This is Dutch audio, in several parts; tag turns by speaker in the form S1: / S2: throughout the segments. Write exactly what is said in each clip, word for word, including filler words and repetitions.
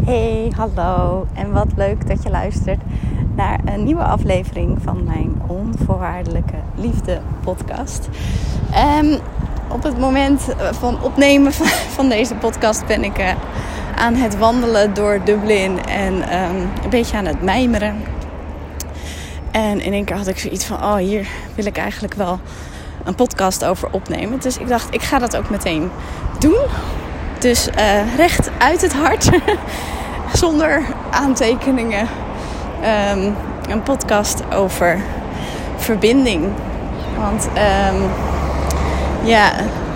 S1: Hey, hallo en wat leuk dat je luistert naar een nieuwe aflevering van mijn Onvoorwaardelijke Liefde podcast. Um, op het moment van opnemen van, van deze podcast ben ik uh, aan het wandelen door Dublin en um, een beetje aan het mijmeren. En in één keer had ik zoiets van, oh hier wil ik eigenlijk wel een podcast over opnemen. Dus ik dacht, ik ga dat ook meteen doen. Dus uh, recht uit het hart, zonder aantekeningen, um, een podcast over verbinding. Want um, ja,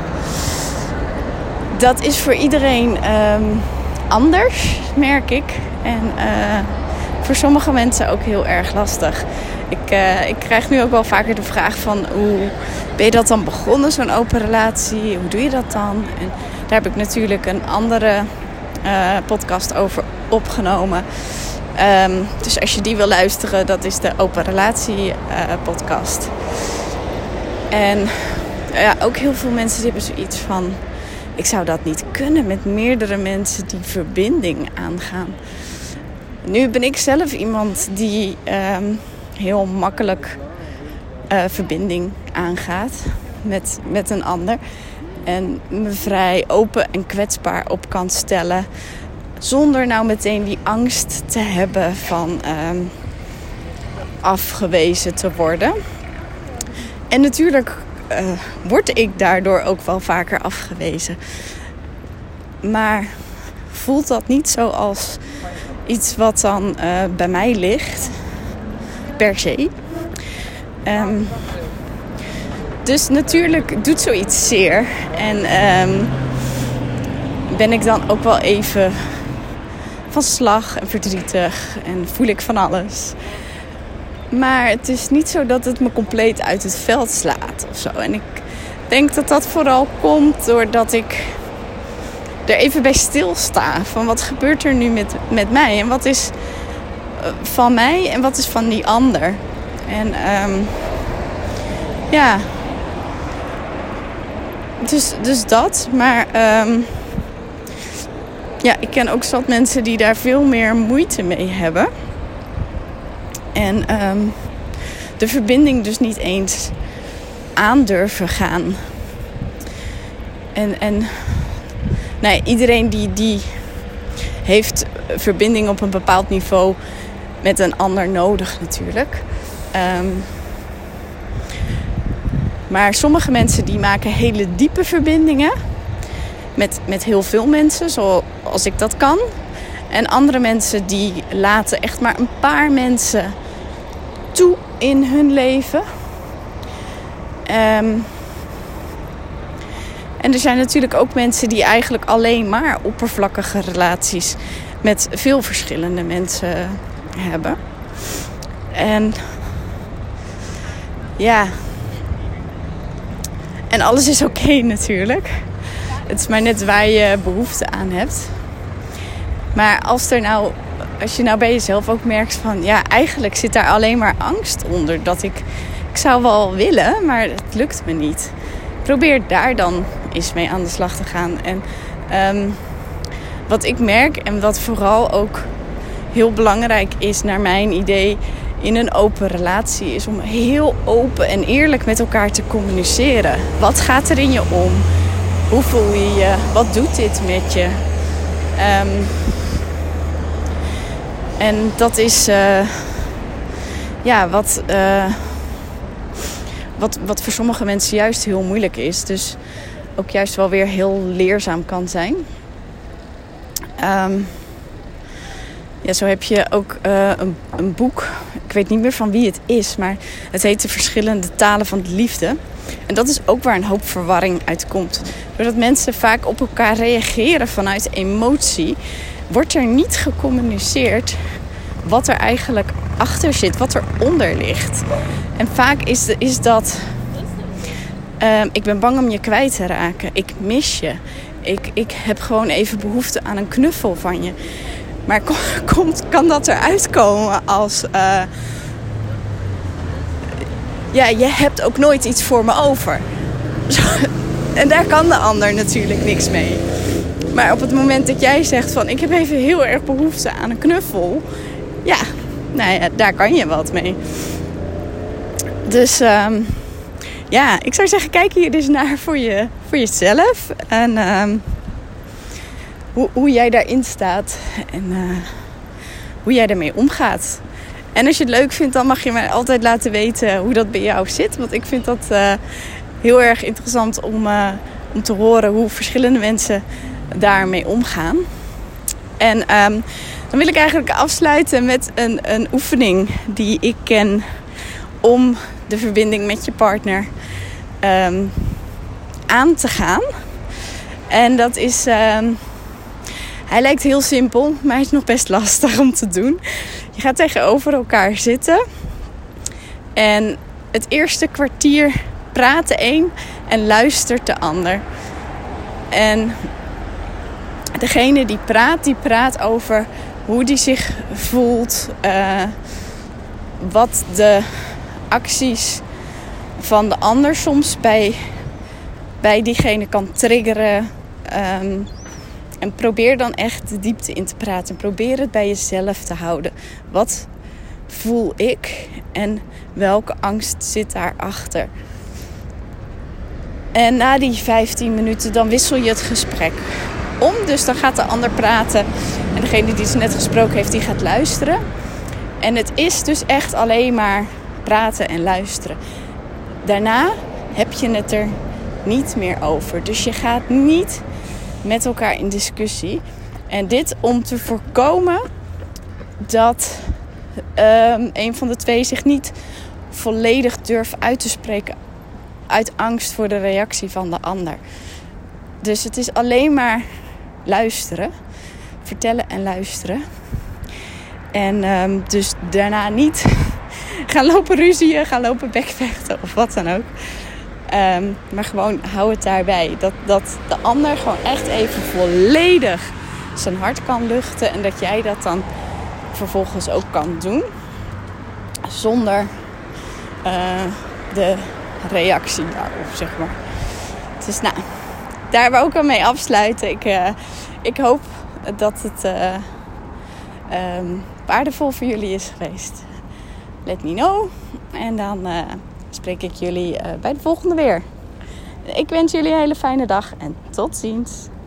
S1: dat is voor iedereen um, anders, merk ik. En uh, voor sommige mensen ook heel erg lastig. Ik, uh, ik krijg nu ook wel vaker de vraag van, hoe ben je dat dan begonnen, zo'n open relatie? Hoe doe je dat dan? En daar heb ik natuurlijk een andere uh, podcast over opgenomen. Um, dus als je die wil luisteren, dat is de Open Relatie uh, podcast. En uh, ja, ook heel veel mensen die hebben zoiets van, ik zou dat niet kunnen met meerdere mensen die verbinding aangaan. Nu ben ik zelf iemand die um, heel makkelijk uh, verbinding aangaat met, met een ander. En me vrij open en kwetsbaar op kan stellen. Zonder nou meteen die angst te hebben van um, afgewezen te worden. En natuurlijk uh, word ik daardoor ook wel vaker afgewezen. Maar voelt dat niet zo als iets wat dan uh, bij mij ligt. Per se. Um, Dus natuurlijk doet zoiets zeer. En um, ben ik dan ook wel even van slag en verdrietig. En voel ik van alles. Maar het is niet zo dat het me compleet uit het veld slaat of zo. En ik denk dat dat vooral komt doordat ik er even bij stilsta. Van wat gebeurt er nu met, met mij? En wat is van mij en wat is van die ander? En um, ja... Dus, dus dat. Maar um, ja, ik ken ook zat mensen die daar veel meer moeite mee hebben. En um, de verbinding dus niet eens aandurven gaan. En, en nee, iedereen die, die heeft verbinding op een bepaald niveau met een ander nodig natuurlijk. Um, Maar sommige mensen die maken hele diepe verbindingen. Met, met heel veel mensen, zoals ik dat kan. En andere mensen die laten echt maar een paar mensen toe in hun leven. Um, en er zijn natuurlijk ook mensen die eigenlijk alleen maar oppervlakkige relaties met veel verschillende mensen hebben. En ja... En alles is oké okay, natuurlijk. Het is maar net waar je behoefte aan hebt. Maar als, er nou, als je nou bij jezelf ook merkt van... Ja, eigenlijk zit daar alleen maar angst onder. Dat ik, ik zou wel willen, maar het lukt me niet. Probeer daar dan eens mee aan de slag te gaan. En um, wat ik merk en wat vooral ook heel belangrijk is naar mijn idee... in een open relatie is om heel open en eerlijk met elkaar te communiceren. Wat gaat er in je om? Hoe voel je je? Wat doet dit met je? Um, en dat is uh, ja, wat, uh, wat, wat voor sommige mensen juist heel moeilijk is. Dus ook juist wel weer heel leerzaam kan zijn. Um, Ja, zo heb je ook uh, een, een boek. Ik weet niet meer van wie het is. Maar het heet De Verschillende Talen van de Liefde. En dat is ook waar een hoop verwarring uit komt. Doordat mensen vaak op elkaar reageren vanuit emotie... wordt er niet gecommuniceerd wat er eigenlijk achter zit. Wat eronder ligt. En vaak is, de, is dat... Uh, ik ben bang om je kwijt te raken. Ik mis je. Ik, ik heb gewoon even behoefte aan een knuffel van je. Maar komt, kan dat eruit komen als... Uh, ja, je hebt ook nooit iets voor me over. En daar kan de ander natuurlijk niks mee. Maar op het moment dat jij zegt van ik heb even heel erg behoefte aan een knuffel. Ja, nou ja, daar kan je wat mee. Dus um, ja, ik zou zeggen, kijk hier dus naar voor, je, voor jezelf. En um, hoe, hoe jij daarin staat. En uh, hoe jij daarmee omgaat. En als je het leuk vindt, dan mag je mij altijd laten weten hoe dat bij jou zit. Want ik vind dat uh, heel erg interessant om, uh, om te horen hoe verschillende mensen daarmee omgaan. En um, dan wil ik eigenlijk afsluiten met een, een oefening die ik ken om de verbinding met je partner um, aan te gaan. En dat is... Um, hij lijkt heel simpel, maar hij is nog best lastig om te doen. Je gaat tegenover elkaar zitten. En het eerste kwartier praat de een en luistert de ander. En degene die praat, die praat over hoe die zich voelt. Uh, wat de acties van de ander soms bij, bij diegene kan triggeren. Um, en probeer dan echt de diepte in te praten. Probeer het bij jezelf te houden. Wat voel ik en welke angst zit daarachter? En na die vijftien minuten dan wissel je het gesprek om. Dus dan gaat de ander praten. En degene die het net gesproken heeft, die gaat luisteren. En het is dus echt alleen maar praten en luisteren. Daarna heb je het er niet meer over. Dus je gaat niet met elkaar in discussie. En dit om te voorkomen dat um, een van de twee zich niet volledig durft uit te spreken uit angst voor de reactie van de ander. Dus het is alleen maar luisteren. Vertellen en luisteren. En um, dus daarna niet gaan lopen ruzieën, gaan lopen bekvechten of wat dan ook. Um, maar gewoon hou het daarbij. Dat, dat de ander gewoon echt even volledig zijn hart kan luchten. En dat jij dat dan vervolgens ook kan doen. Zonder uh, de reactie daarop, zeg maar. Dus nou, daar wil ik ook mee afsluiten. Ik, uh, ik hoop dat het uh, um, waardevol voor jullie is geweest. Let me know. En dan uh, spreek ik jullie uh, bij de volgende weer. Ik wens jullie een hele fijne dag en tot ziens.